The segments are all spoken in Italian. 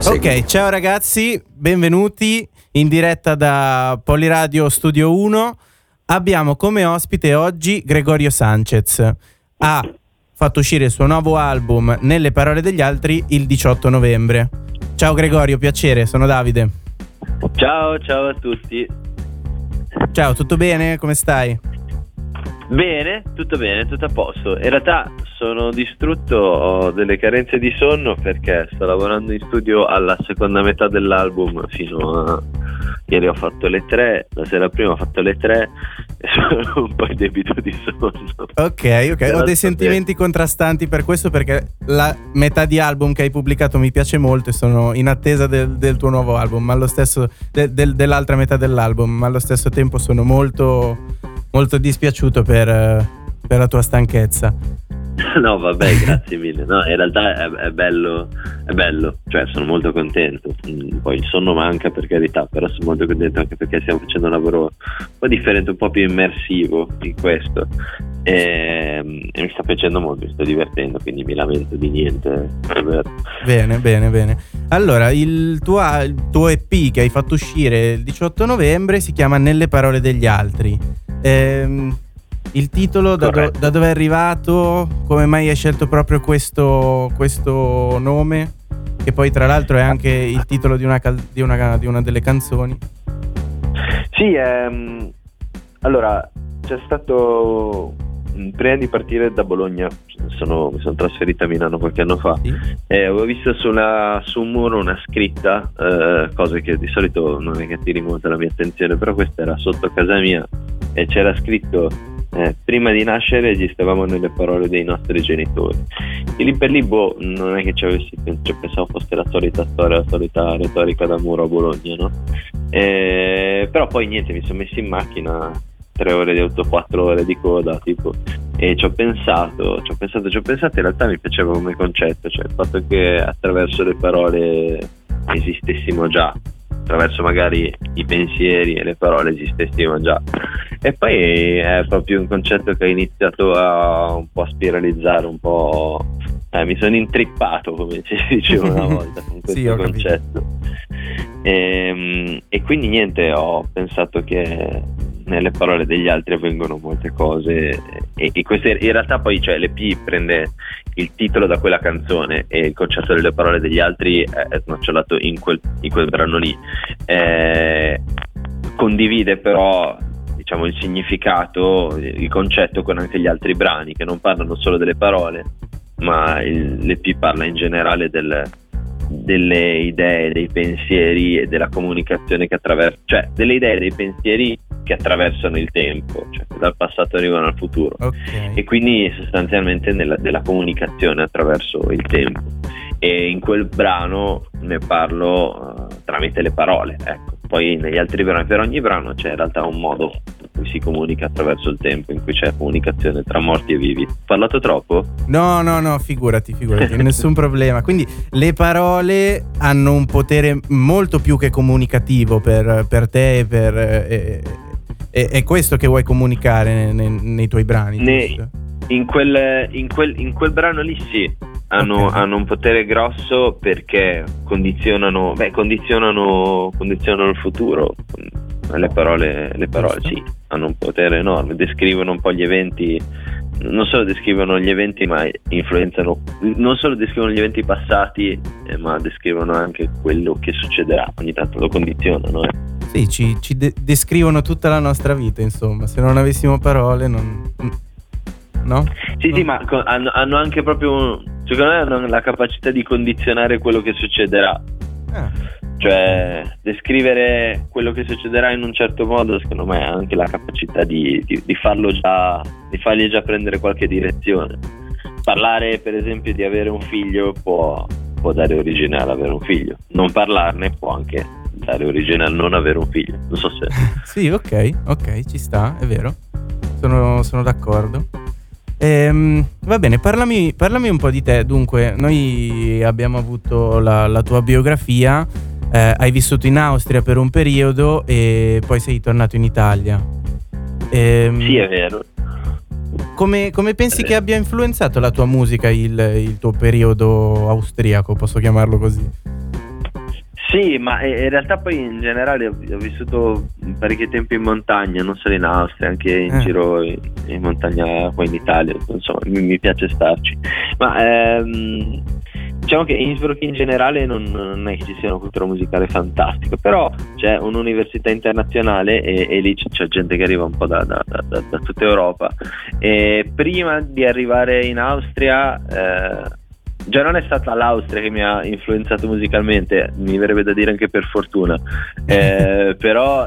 Ok, ciao ragazzi, benvenuti in diretta da Poliradio Studio 1. Abbiamo come ospite oggi Gregorio Sanchez. Ha fatto uscire il suo nuovo album Nelle parole degli altri il 18 novembre. Ciao Gregorio, piacere, sono Davide. Ciao a tutti. Ciao, tutto bene? Come stai? Bene, tutto a posto. In realtà sono distrutto, ho delle carenze di sonno perché sto lavorando in studio alla seconda metà dell'album fino a... Ieri ho fatto le 3, la sera prima ho fatto le 3 e sono un po' in debito di sonno. Ok, ho dei sentimenti contrastanti per questo, perché la metà di album che hai pubblicato mi piace molto e sono in attesa del tuo nuovo album, ma allo stesso dell'altra metà dell'album, ma allo stesso tempo sono molto dispiaciuto per la tua stanchezza. No, vabbè, grazie mille. No, in realtà è bello, cioè sono molto contento. Poi il sonno manca, per carità, però sono molto contento anche perché stiamo facendo un lavoro un po' differente, un po' più immersivo in questo e mi sta piacendo molto, mi sto divertendo, quindi mi lamento di niente. Bene. Allora, il tuo EP che hai fatto uscire il 18 novembre si chiama Nelle parole degli altri. Il titolo da dove è arrivato? Come mai hai scelto proprio questo nome? Che poi tra l'altro è anche il titolo di una delle canzoni. Sì, allora c'è stato, prima di partire da Bologna mi sono trasferito a Milano qualche anno fa. Sì. Avevo visto su un muro una scritta, cose che di solito non è che attiri molto la mia attenzione, però questa era sotto casa mia e c'era scritto prima di nascere esistevamo nelle parole dei nostri genitori. E lì per lì non è che pensavo fosse la solita storia, la solita retorica da muro a Bologna, no? Però poi niente, mi sono messo in macchina 3 ore di auto, 4 ore di coda tipo, e ci ho pensato, in realtà mi piaceva come concetto, cioè il fatto che attraverso le parole esistessimo già, attraverso magari i pensieri e le parole esistessimo già. E poi è proprio un concetto che ha iniziato un po' a spiralizzare, un po', mi sono intrippato, come si diceva una volta, con questo Sì, ho concetto. E quindi niente, ho pensato che nelle parole degli altri avvengono molte cose e queste in realtà poi, cioè, l'EP prende il titolo da quella canzone e il concetto delle parole degli altri è snocciolato in quel brano lì. Condivide però, diciamo, il significato, il concetto con anche gli altri brani che non parlano solo delle parole, ma l'EP parla in generale delle idee, dei pensieri e della comunicazione che cioè delle idee e dei pensieri che attraversano il tempo, cioè dal passato arrivano al futuro. Okay. E quindi sostanzialmente della comunicazione attraverso il tempo, e in quel brano ne parlo tramite le parole, ecco. Poi negli altri brani, per ogni brano c'è in realtà un modo in cui si comunica attraverso il tempo, in cui c'è comunicazione tra morti e vivi. Ho parlato troppo? No, figurati, nessun problema. Quindi le parole hanno un potere molto più che comunicativo per te e è questo che vuoi comunicare nei tuoi brani, giusto? In quel brano lì sì. Hanno un potere grosso perché condizionano il futuro. Le parole sì, hanno un potere enorme, descrivono un po' gli eventi, non solo descrivono gli eventi ma influenzano, non solo descrivono gli eventi passati, ma descrivono anche quello che succederà, ogni tanto lo condizionano. Sì, ci descrivono tutta la nostra vita, insomma. Se non avessimo parole no? Sì, ma hanno anche proprio, secondo me hanno la capacità di condizionare quello che succederà. Cioè descrivere quello che succederà in un certo modo, secondo me ha anche la capacità di farlo già, di fargli già prendere qualche direzione. Parlare per esempio di avere un figlio può dare origine all'avere un figlio, non parlarne può anche dare origine al non avere un figlio, non so se... Sì, ok, ci sta, è vero, sono d'accordo. Va bene, parlami un po' di te. Dunque, noi abbiamo avuto la tua biografia, hai vissuto in Austria per un periodo e poi sei tornato in Italia. Sì, è vero. Come pensi che abbia influenzato la tua musica il tuo periodo austriaco, posso chiamarlo così? Sì, ma in realtà poi in generale ho vissuto parecchio tempo in montagna, non solo in Austria, anche in giro in montagna qua in Italia, insomma mi piace starci. Ma diciamo che Innsbruck in generale non è che ci sia una cultura musicale fantastica, però c'è un'università internazionale e lì c'è gente che arriva un po' da tutta Europa. E prima di arrivare in Austria, già non è stata l'Austria che mi ha influenzato musicalmente, mi verrebbe da dire anche per fortuna, però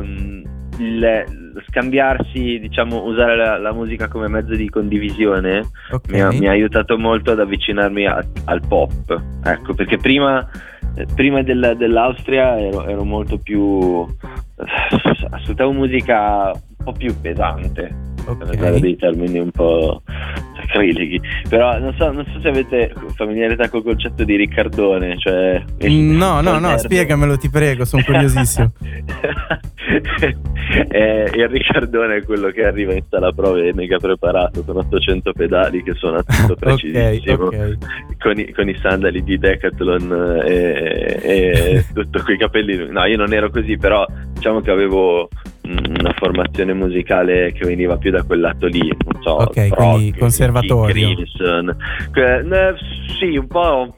scambiarsi, diciamo, usare la musica come mezzo di condivisione mi ha aiutato molto ad avvicinarmi al pop, ecco, perché prima dell'Austria ero molto più ascoltavo musica un po' più pesante, per usare dei termini un po' sacrileghi, però non so se avete familiarità col concetto di Riccardone, cioè no, spiegamelo, ti prego, sono curiosissimo. Il Riccardone è quello che arriva in sala prove mega preparato con 800 pedali, che suona tutto precisissimo, con i sandali di Decathlon e tutto coi capelli. No, io non ero così, però diciamo che avevo una formazione musicale che veniva più da quel lato lì, non so, rock, quindi conservatorio. King Crimson, sì, un po'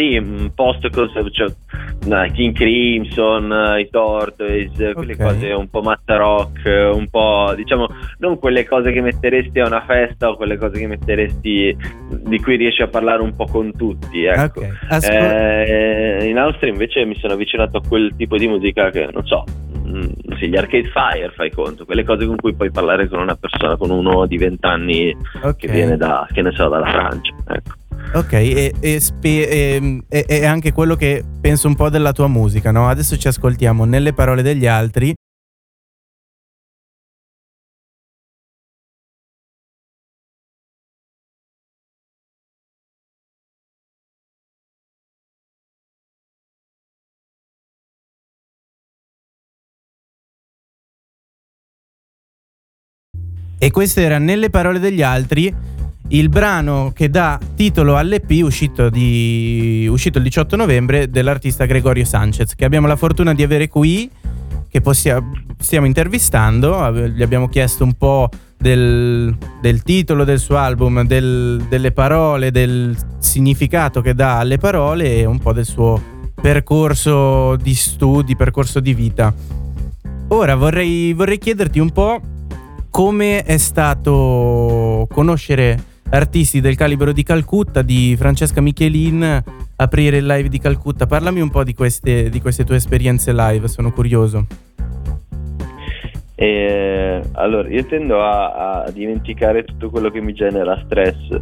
King Crimson, i Tortoise, quelle cose un po' matta rock, un po', diciamo, non quelle cose che metteresti a una festa o quelle cose che metteresti di cui riesci a parlare un po' con tutti, ecco. In Austria invece mi sono avvicinato a quel tipo di musica che, non so, sì, gli Arcade Fire, fai conto, quelle cose con cui puoi parlare con una persona, con uno di 20 anni che viene dalla Francia, ecco. Ok, e anche quello che penso un po' della tua musica, no? Adesso ci ascoltiamo Nelle parole degli altri. E questo era Nelle parole degli altri, il brano che dà titolo all'EP uscito il 18 novembre dell'artista Gregorio Sanchez, che abbiamo la fortuna di avere qui, che stiamo intervistando. Gli abbiamo chiesto un po' del titolo del suo album, delle parole, del significato che dà alle parole e un po' del suo percorso di studi, percorso di vita. Ora vorrei chiederti un po' come è stato conoscere artisti del calibro di Calcutta, di Francesca Michelin, aprire il live di Calcutta. Parlami un po' di queste tue esperienze live, sono curioso. Allora, io tendo a dimenticare tutto quello che mi genera stress.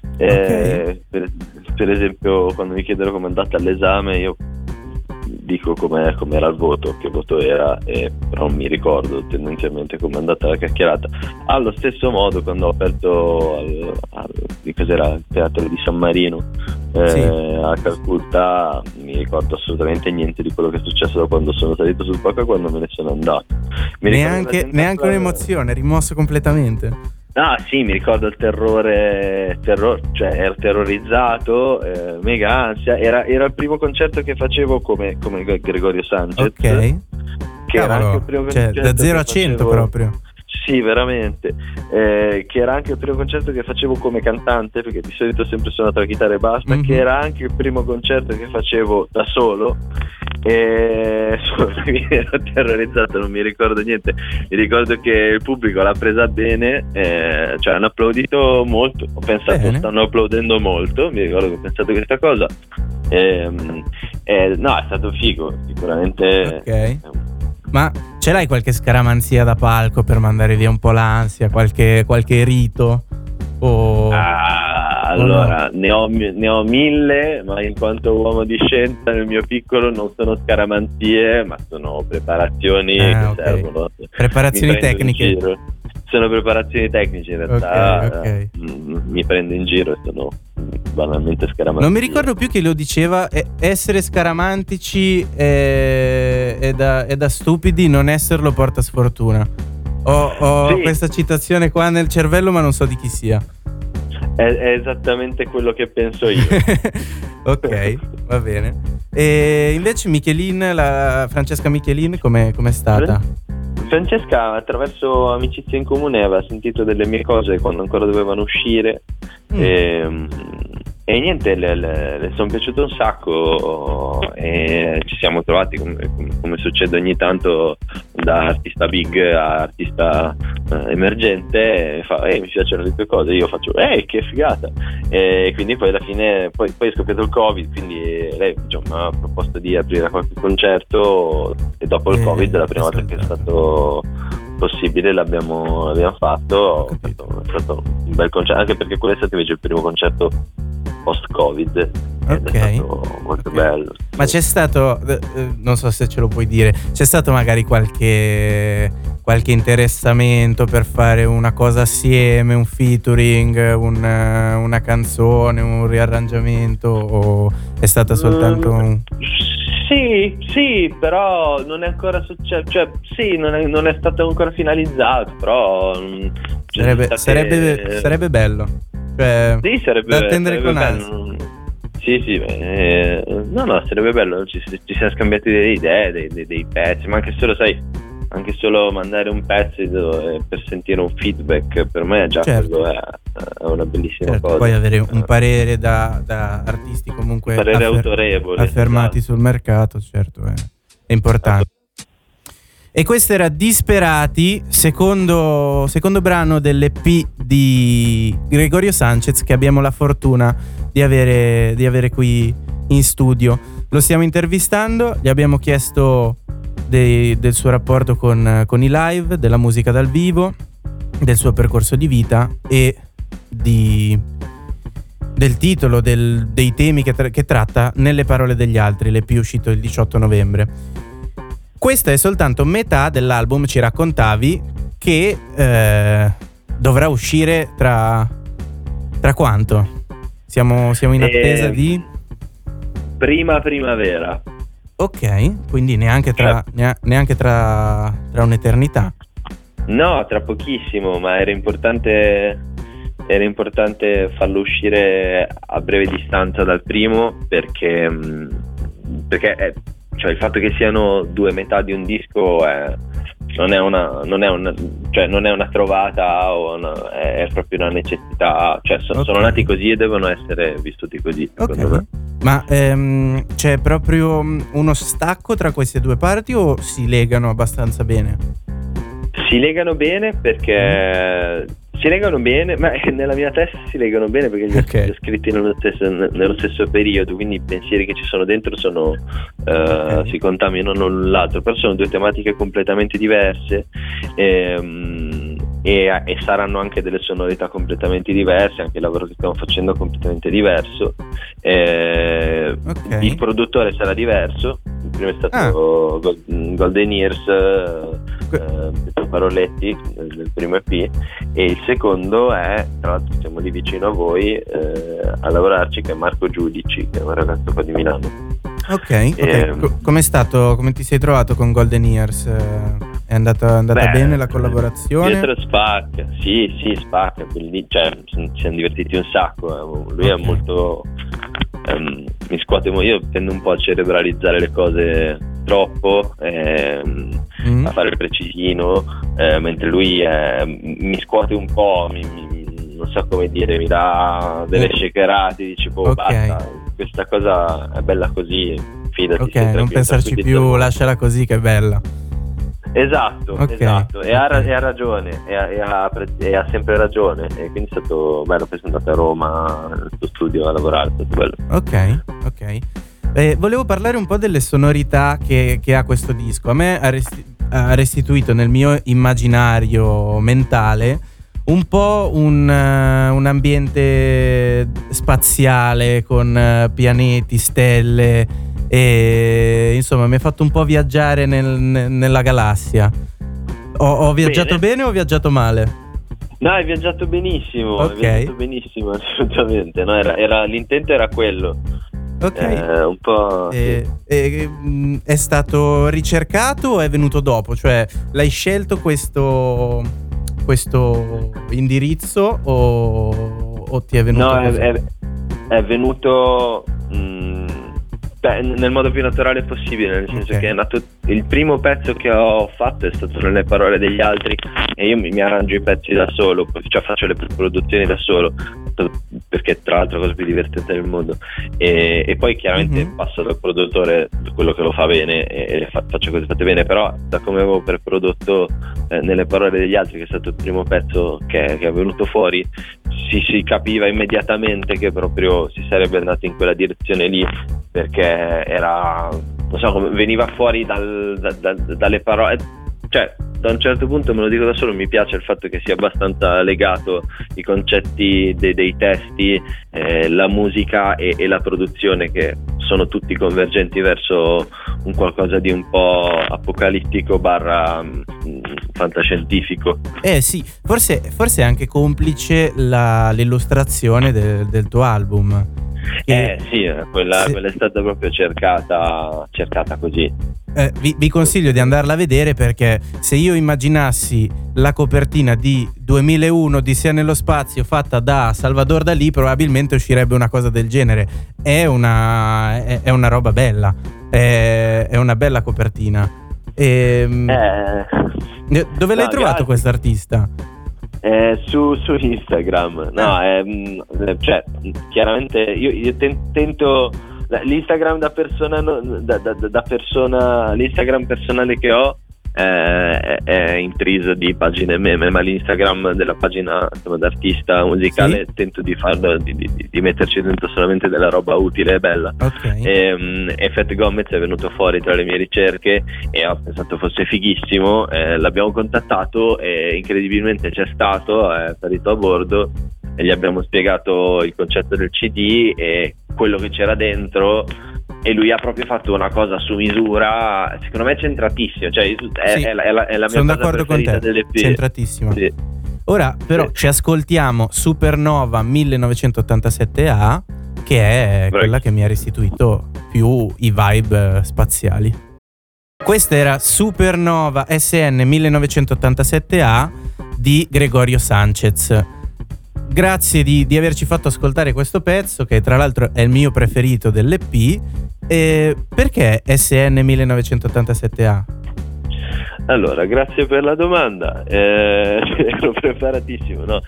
Per esempio, quando mi chiedono come è andata all'esame, io dico com'era il voto, che voto era, però non mi ricordo tendenzialmente com'è andata la chiacchierata. Allo stesso modo, quando ho aperto di cos'era il teatro di San Marino a Calcutta, mi ricordo assolutamente niente di quello che è successo da quando sono salito sul palco e quando me ne sono andato. Neanche un'emozione, rimosso completamente. Ah sì, mi ricordo il terrore, cioè ero terrorizzato, mega ansia. Era il primo concerto che facevo come Gregorio Sanchez. Ok. Che era anche il primo concerto, da 0 a 100 proprio. Sì, veramente. Che era anche il primo concerto che facevo come cantante, perché di solito ho sempre suonato la chitarra e basta. Che era anche il primo concerto che facevo da solo. E mi ero terrorizzato, non mi ricordo niente. Mi ricordo che il pubblico l'ha presa bene, cioè hanno applaudito molto. Ho pensato, stanno applaudendo molto. Mi ricordo che ho pensato questa cosa. No, è stato figo, sicuramente. Ok. Ma ce l'hai qualche scaramanzia da palco per mandare via un po' l'ansia, qualche rito? Allora, ne ho 1000, ma in quanto uomo di scienza nel mio piccolo non sono scaramanzie, ma sono preparazioni che servono. Preparazioni tecniche. Sono preparazioni tecniche, in realtà. Mi prendo in giro e sono banalmente scaramantici. Non mi ricordo più chi lo diceva, essere scaramantici è da stupidi, non esserlo porta sfortuna. Ho questa citazione qua nel cervello, ma non so di chi sia. È esattamente quello che penso io. Ok, va bene. E invece Francesca Michelin, com'è stata? Francesca, attraverso amicizie in comune, aveva sentito delle mie cose quando ancora dovevano uscire e niente, le sono piaciute un sacco e ci siamo trovati come succede ogni tanto, da artista big a artista emergente, e fa mi piacciono le tue cose, io faccio che figata, e quindi poi alla fine poi è scoppiato il Covid, quindi lei mi ha proposto di aprire qualche concerto e dopo il Covid la prima volta che è stato possibile l'abbiamo fatto. È stato un bel concerto, anche perché quello è stato invece il primo concerto post-Covid ed è stato molto bello. Ma c'è stato, non so se ce lo puoi dire, c'è stato magari qualche interessamento per fare una cosa assieme, un featuring, una canzone, un riarrangiamento, o è stata soltanto Sì, però non è ancora successo, cioè sì, non è stato ancora finalizzato, però sarebbe bello, cioè, sì, da attendere con ansia. Sì, no, sarebbe bello, ci siamo scambiati delle idee, dei pezzi, ma anche solo, sai, anche solo mandare un pezzo per sentire un feedback, per me già quello è una bellissima cosa. Poi avere un parere da artisti comunque parere autorevole, affermati sul mercato, certo, è importante. E questo era Disperati, secondo brano dell'EP di Gregorio Sanchez, che abbiamo la fortuna di avere qui in studio. Lo stiamo intervistando, gli abbiamo chiesto del suo rapporto con i live, della musica dal vivo, del suo percorso di vita e del titolo, dei temi che tratta Nelle parole degli altri, l'EP uscito il 18 novembre. Questa è soltanto metà dell'album, ci raccontavi, che dovrà uscire tra quanto? Siamo in attesa di prima primavera. Ok, quindi neanche tra un'eternità. No, tra pochissimo, ma era importante farlo uscire a breve distanza dal primo, perché cioè il fatto che siano due metà di un disco non è una trovata, è proprio una necessità, cioè sono nati così e devono essere vissuti così, secondo me. Ma c'è proprio uno stacco tra queste due parti o si legano abbastanza bene? Si legano bene perché ma nella mia testa si legano bene perché li ho scritti nello stesso periodo, quindi i pensieri che ci sono dentro si contaminano l'un l'altro, però sono due tematiche completamente diverse e saranno anche delle sonorità completamente diverse, anche il lavoro che stiamo facendo è completamente diverso, il produttore sarà diverso, il primo è stato Golden Years, Paroletti del primo EP, e il secondo è, tra l'altro siamo lì vicino a voi a lavorarci, che è Marco Giudici, che è un ragazzo qua di Milano. Ok. Com'è stato? Come ti sei trovato con Golden Years? È andata bene la collaborazione? Pietro spacca, sì, spacca, cioè ci siamo divertiti un sacco, lui è molto mi scuote, io tendo un po' a cerebralizzare le cose troppo, a fare il precisino, mentre lui mi scuote un po', non so come dire, mi dà delle shakerate, dici basta, questa cosa è bella così, fidati. Non pensarci più, lasciala così che è bella. Esatto, e ha ragione, e ha sempre ragione, e quindi è stato bello. Poi sono andato a Roma nel suo studio a lavorare, è stato bello. Ok. Volevo parlare un po' delle sonorità che ha questo disco. A me ha restituito nel mio immaginario mentale un po' un ambiente spaziale con pianeti, stelle, e insomma mi ha fatto un po' viaggiare nella galassia. Ho viaggiato bene o ho viaggiato male? No, hai viaggiato benissimo, assolutamente. No, l'intento era quello. Un po'. È stato ricercato o è venuto dopo? Cioè, l'hai scelto questo indirizzo o ti è venuto? No, è venuto nel modo più naturale possibile, nel senso Ok. che è nato il primo pezzo che ho fatto è stato nelle parole degli altri e io mi arrangio i pezzi da solo, cioè faccio le produzioni da solo, perché tra l'altro è la cosa più divertente del mondo, e poi chiaramente Mhm. passo dal produttore quello che lo fa bene e faccio cose fatte bene, però da come avevo preprodotto nelle parole degli altri, che è stato il primo pezzo che è venuto fuori, si capiva immediatamente che proprio si sarebbe andato in quella direzione lì, perché era, non so, veniva fuori dalle parole, cioè da un certo punto, me lo dico da solo, mi piace il fatto che sia abbastanza legato i concetti dei testi, la musica e la produzione, che sono tutti convergenti verso un qualcosa di un po' apocalittico barra fantascientifico. Sì, forse è anche complice l'illustrazione del tuo album. Sì, quella è stata proprio cercata così. Vi consiglio di andarla a vedere, perché se io immaginassi la copertina di 2001 Odissea nello spazio fatta da Salvador Dalì, probabilmente uscirebbe una cosa del genere. È una roba bella, è una bella copertina. Dove l'hai trovato quest'artista? Su Instagram. No, cioè chiaramente io tento l'Instagram da persona, l'Instagram personale che ho è intriso di pagine meme, ma l'Instagram della pagina, insomma, d'artista musicale, sì, tento di farlo, di metterci dentro solamente della roba utile e bella. Okay. E Fat Gomez è venuto fuori tra le mie ricerche e ho pensato fosse fighissimo, l'abbiamo contattato e incredibilmente c'è stato, è salito a bordo e gli abbiamo spiegato il concetto del CD e quello che c'era dentro, e lui ha proprio fatto una cosa su misura, secondo me centratissimo, cioè è la mia sono cosa d'accordo con te, dell'EP. centratissima. Sì. Ora però ci ascoltiamo Supernova 1987A, che è quella che mi ha restituito più i vibe spaziali. Questa era Supernova SN 1987A di Gregorio Sanchez. Grazie di averci fatto ascoltare questo pezzo, che tra l'altro è il mio preferito dell'EP. Perché SN 1987A? Allora, grazie per la domanda. Ero preparatissimo, no?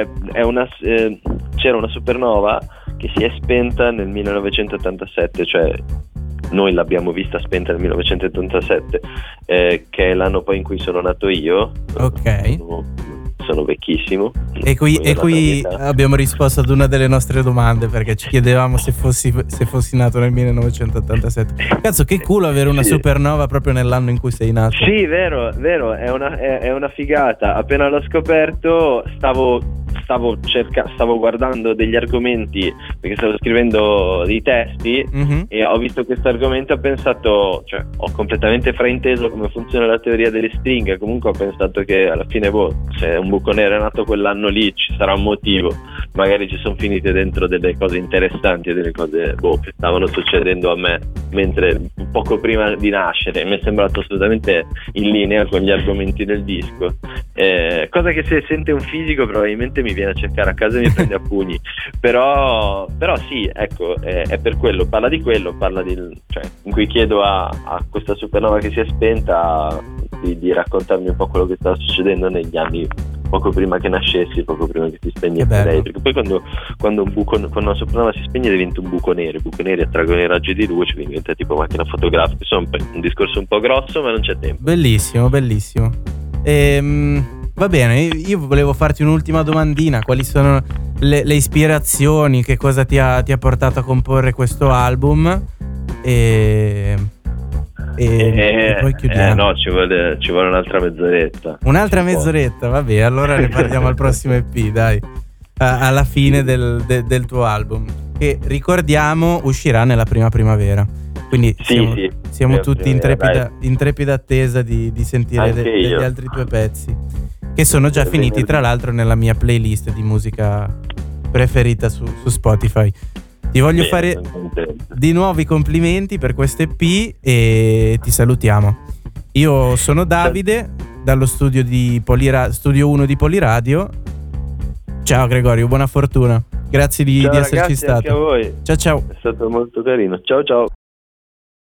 C'era una supernova che si è spenta nel 1987, cioè noi l'abbiamo vista spenta nel 1987, che è l'anno poi in cui sono nato io. Ok. Sono vecchissimo. E qui abbiamo risposto ad una delle nostre domande, perché ci chiedevamo se fossi nato nel 1987. Cazzo, che culo avere una supernova proprio nell'anno in cui sei nato. Sì, vero, è una figata. Appena l'ho scoperto stavo guardando degli argomenti, perché stavo scrivendo dei testi, e ho visto questo argomento e ho pensato, cioè ho completamente frainteso come funziona la teoria delle stringhe. Comunque ho pensato che alla fine se un buco nero è nato quell'anno lì ci sarà un motivo, magari ci sono finite dentro delle cose interessanti e delle cose che stavano succedendo a me mentre poco prima di nascere. Mi è sembrato assolutamente in linea con gli argomenti del disco, cosa che se sente un fisico probabilmente mi viene a cercare a casa e mi prende a pugni, però sì, ecco, è per quello, parla cioè in cui chiedo a questa supernova che si è spenta di raccontarmi un po' quello che stava succedendo negli anni poco prima che nascessi, poco prima che si spegnesse lei, perché poi quando una supernova si spegne diventa un buco nero. I buchi neri attraggono i raggi di luce, quindi diventa tipo macchina fotografica. Insomma, un discorso un po' grosso, ma non c'è tempo. Bellissimo. Va bene, io volevo farti un'ultima domandina. Quali sono le ispirazioni? Che cosa ti ha portato a comporre questo album? E poi chiudiamo. No, ci vuole un'altra mezz'oretta. Un'altra mezz'oretta, vabbè, allora ne parliamo al prossimo EP, dai. Alla fine del tuo album, che ricordiamo uscirà nella prima primavera. Quindi siamo tutti in trepida attesa di sentire degli altri tuoi pezzi, che sono già finiti tra l'altro nella mia playlist di musica preferita su Spotify. Ti voglio fare di nuovo i complimenti per questo EP e ti salutiamo. Io sono Davide, dallo studio 1 di Poliradio. Ciao Gregorio, buona fortuna. Grazie di esserci stato. Anche a voi. Ciao. È stato molto carino. Ciao.